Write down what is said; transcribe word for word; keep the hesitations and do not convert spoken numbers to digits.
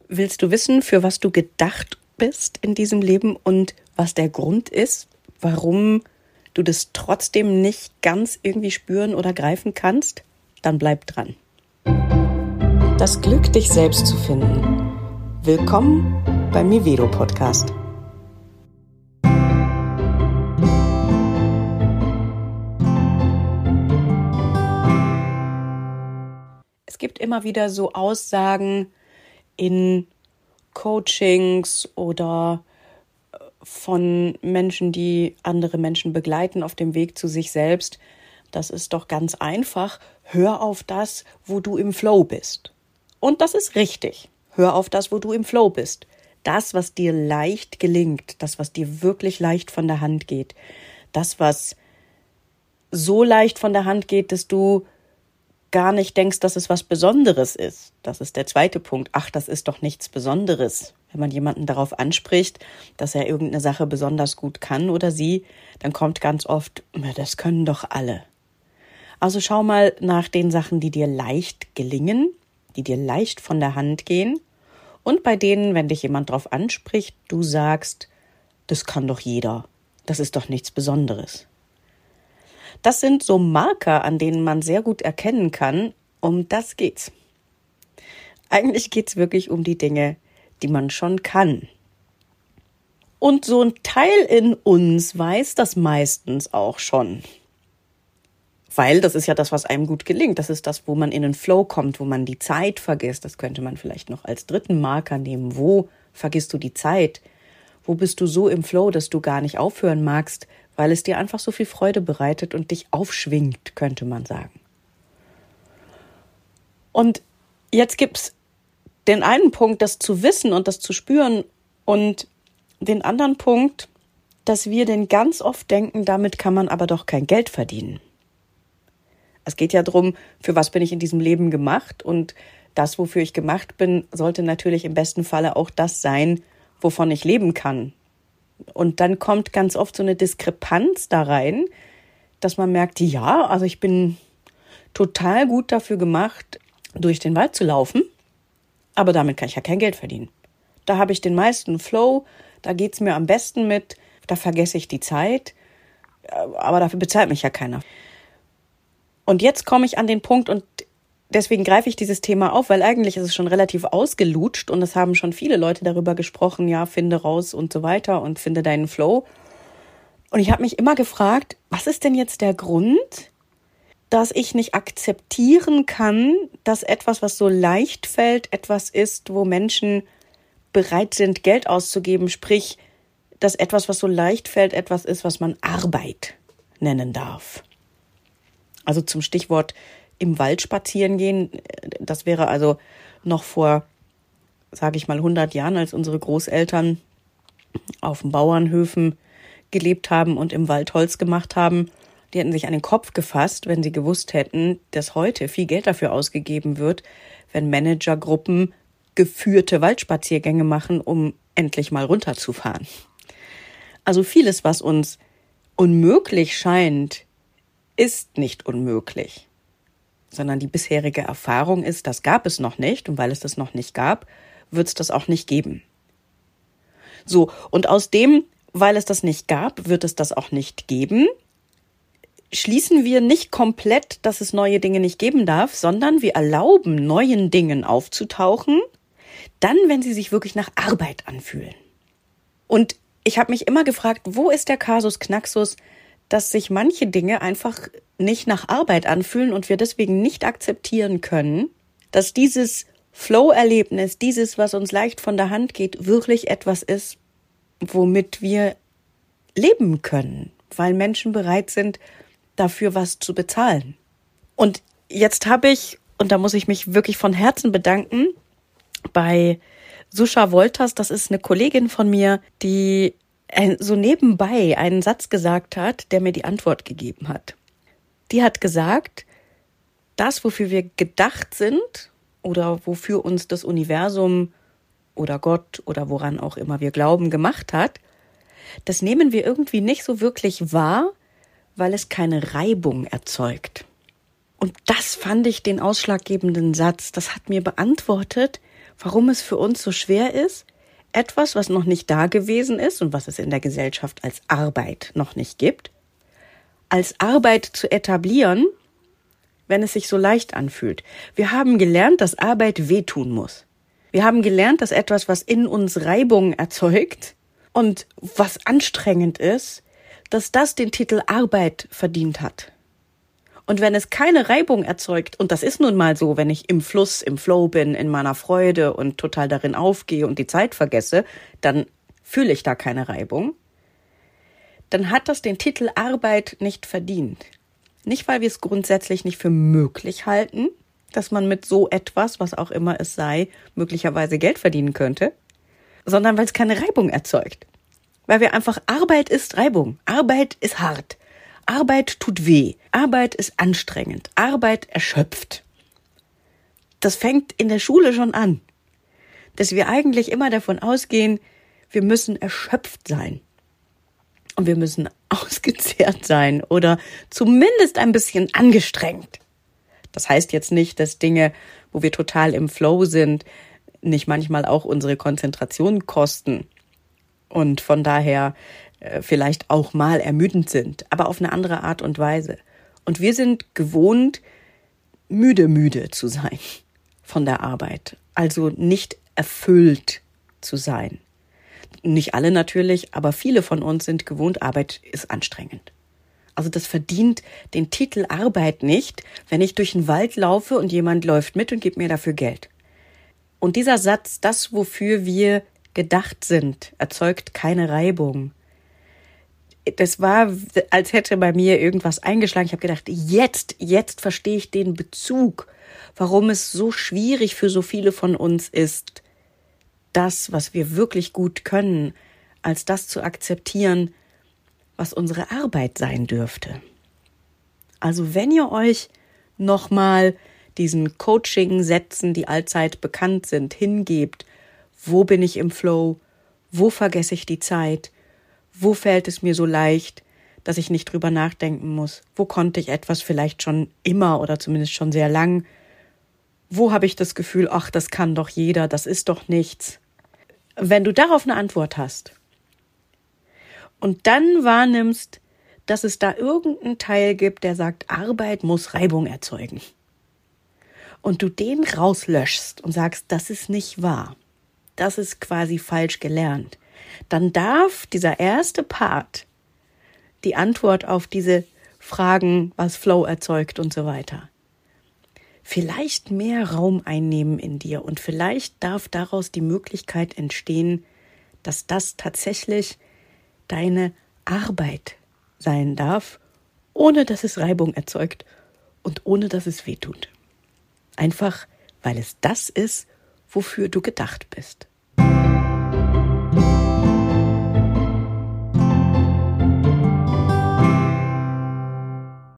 Willst du wissen, für was du gedacht bist in diesem Leben und was der Grund ist, warum du das trotzdem nicht ganz irgendwie spüren oder greifen kannst? Dann bleib dran. Das Glück, dich selbst zu finden. Willkommen beim Mivero Podcast. Es gibt immer wieder so Aussagen in Coachings oder von Menschen, die andere Menschen begleiten auf dem Weg zu sich selbst. Das ist doch ganz einfach. Hör auf das, wo du im Flow bist. Und das ist richtig. Hör auf das, wo du im Flow bist. Das, was dir leicht gelingt, das, was dir wirklich leicht von der Hand geht. Das, was so leicht von der Hand geht, dass du gar nicht denkst, dass es was Besonderes ist. Das ist der zweite Punkt. Ach, das ist doch nichts Besonderes. Wenn man jemanden darauf anspricht, dass er irgendeine Sache besonders gut kann oder sie, dann kommt ganz oft, das können doch alle. Also schau mal nach den Sachen, die dir leicht gelingen, die dir leicht von der Hand gehen und bei denen, wenn dich jemand darauf anspricht, du sagst, das kann doch jeder. Das ist doch nichts Besonderes. Das sind so Marker, an denen man sehr gut erkennen kann, um das geht's. Eigentlich geht's wirklich um die Dinge, die man schon kann. Und so ein Teil in uns weiß das meistens auch schon. Weil das ist ja das, was einem gut gelingt. Das ist das, wo man in den Flow kommt, wo man die Zeit vergisst. Das könnte man vielleicht noch als dritten Marker nehmen. Wo vergisst du die Zeit? Wo bist du so im Flow, dass du gar nicht aufhören magst, weil es dir einfach so viel Freude bereitet und dich aufschwingt, könnte man sagen. Und jetzt gibt's den einen Punkt, das zu wissen und das zu spüren und den anderen Punkt, dass wir denn ganz oft denken, damit kann man aber doch kein Geld verdienen. Es geht ja darum, für was bin ich in diesem Leben gemacht und das, wofür ich gemacht bin, sollte natürlich im besten Falle auch das sein, wovon ich leben kann. Und dann kommt ganz oft so eine Diskrepanz da rein, dass man merkt, ja, also ich bin total gut dafür gemacht, durch den Wald zu laufen, aber damit kann ich ja kein Geld verdienen. Da habe ich den meisten Flow, da geht's mir am besten mit, da vergesse ich die Zeit, aber dafür bezahlt mich ja keiner. Und jetzt komme ich an den Punkt und deswegen greife ich dieses Thema auf, weil eigentlich ist es schon relativ ausgelutscht und es haben schon viele Leute darüber gesprochen, ja, finde raus und so weiter und finde deinen Flow. Und ich habe mich immer gefragt, was ist denn jetzt der Grund, dass ich nicht akzeptieren kann, dass etwas, was so leicht fällt, etwas ist, wo Menschen bereit sind, Geld auszugeben, sprich, dass etwas, was so leicht fällt, etwas ist, was man Arbeit nennen darf. Also zum Stichwort im Wald spazieren gehen, das wäre also noch vor, sage ich mal, hundert Jahren, als unsere Großeltern auf den Bauernhöfen gelebt haben und im Wald Holz gemacht haben. Die hätten sich an den Kopf gefasst, wenn sie gewusst hätten, dass heute viel Geld dafür ausgegeben wird, wenn Managergruppen geführte Waldspaziergänge machen, um endlich mal runterzufahren. Also vieles, was uns unmöglich scheint, ist nicht unmöglich. Sondern die bisherige Erfahrung ist, das gab es noch nicht und weil es das noch nicht gab, wird es das auch nicht geben. So, und aus dem, weil es das nicht gab, wird es das auch nicht geben, schließen wir nicht komplett, dass es neue Dinge nicht geben darf, sondern wir erlauben neuen Dingen aufzutauchen, dann, wenn sie sich wirklich nach Arbeit anfühlen. Und ich habe mich immer gefragt, wo ist der Kasus Knaxus, dass sich manche Dinge einfach nicht nach Arbeit anfühlen und wir deswegen nicht akzeptieren können, dass dieses Flow-Erlebnis, dieses, was uns leicht von der Hand geht, wirklich etwas ist, womit wir leben können, weil Menschen bereit sind, dafür was zu bezahlen. Und jetzt habe ich, und da muss ich mich wirklich von Herzen bedanken, bei Susha Wolters, das ist eine Kollegin von mir, die so nebenbei einen Satz gesagt hat, der mir die Antwort gegeben hat. Die hat gesagt, das, wofür wir gedacht sind oder wofür uns das Universum oder Gott oder woran auch immer wir glauben gemacht hat, das nehmen wir irgendwie nicht so wirklich wahr, weil es keine Reibung erzeugt. Und das fand ich den ausschlaggebenden Satz. Das hat mir beantwortet, warum es für uns so schwer ist, etwas, was noch nicht da gewesen ist und was es in der Gesellschaft als Arbeit noch nicht gibt, als Arbeit zu etablieren, wenn es sich so leicht anfühlt. Wir haben gelernt, dass Arbeit wehtun muss. Wir haben gelernt, dass etwas, was in uns Reibung erzeugt und was anstrengend ist, dass das den Titel Arbeit verdient hat. Und wenn es keine Reibung erzeugt, und das ist nun mal so, wenn ich im Fluss, im Flow bin, in meiner Freude und total darin aufgehe und die Zeit vergesse, dann fühle ich da keine Reibung, dann hat das den Titel Arbeit nicht verdient. Nicht, weil wir es grundsätzlich nicht für möglich halten, dass man mit so etwas, was auch immer es sei, möglicherweise Geld verdienen könnte, sondern weil es keine Reibung erzeugt. Weil wir einfach, Arbeit ist Reibung, Arbeit ist hart. Arbeit tut weh, Arbeit ist anstrengend, Arbeit erschöpft. Das fängt in der Schule schon an, dass wir eigentlich immer davon ausgehen, wir müssen erschöpft sein und wir müssen ausgezehrt sein oder zumindest ein bisschen angestrengt. Das heißt jetzt nicht, dass Dinge, wo wir total im Flow sind, nicht manchmal auch unsere Konzentration kosten und von daher vielleicht auch mal ermüdend sind, aber auf eine andere Art und Weise. Und wir sind gewohnt, müde, müde zu sein von der Arbeit, also nicht erfüllt zu sein. Nicht alle natürlich, aber viele von uns sind gewohnt, Arbeit ist anstrengend. Also das verdient den Titel Arbeit nicht, wenn ich durch den Wald laufe und jemand läuft mit und gibt mir dafür Geld. Und dieser Satz, das, wofür wir gedacht sind, erzeugt keine Reibung. Das war, als hätte bei mir irgendwas eingeschlagen. Ich habe gedacht, jetzt, jetzt verstehe ich den Bezug, warum es so schwierig für so viele von uns ist, das, was wir wirklich gut können, als das zu akzeptieren, was unsere Arbeit sein dürfte. Also wenn ihr euch nochmal diesen Coaching-Sätzen, die allzeit bekannt sind, hingebt, wo bin ich im Flow, wo vergesse ich die Zeit, wo fällt es mir so leicht, dass ich nicht drüber nachdenken muss? Wo konnte ich etwas vielleicht schon immer oder zumindest schon sehr lang? Wo habe ich das Gefühl, ach, das kann doch jeder, das ist doch nichts? Wenn du darauf eine Antwort hast und dann wahrnimmst, dass es da irgendeinen Teil gibt, der sagt, Arbeit muss Reibung erzeugen und du den rauslöschst und sagst, das ist nicht wahr, das ist quasi falsch gelernt, dann darf dieser erste Part, die Antwort auf diese Fragen, was Flow erzeugt und so weiter, vielleicht mehr Raum einnehmen in dir und vielleicht darf daraus die Möglichkeit entstehen, dass das tatsächlich deine Arbeit sein darf, ohne dass es Reibung erzeugt und ohne dass es wehtut. Einfach, weil es das ist, wofür du gedacht bist.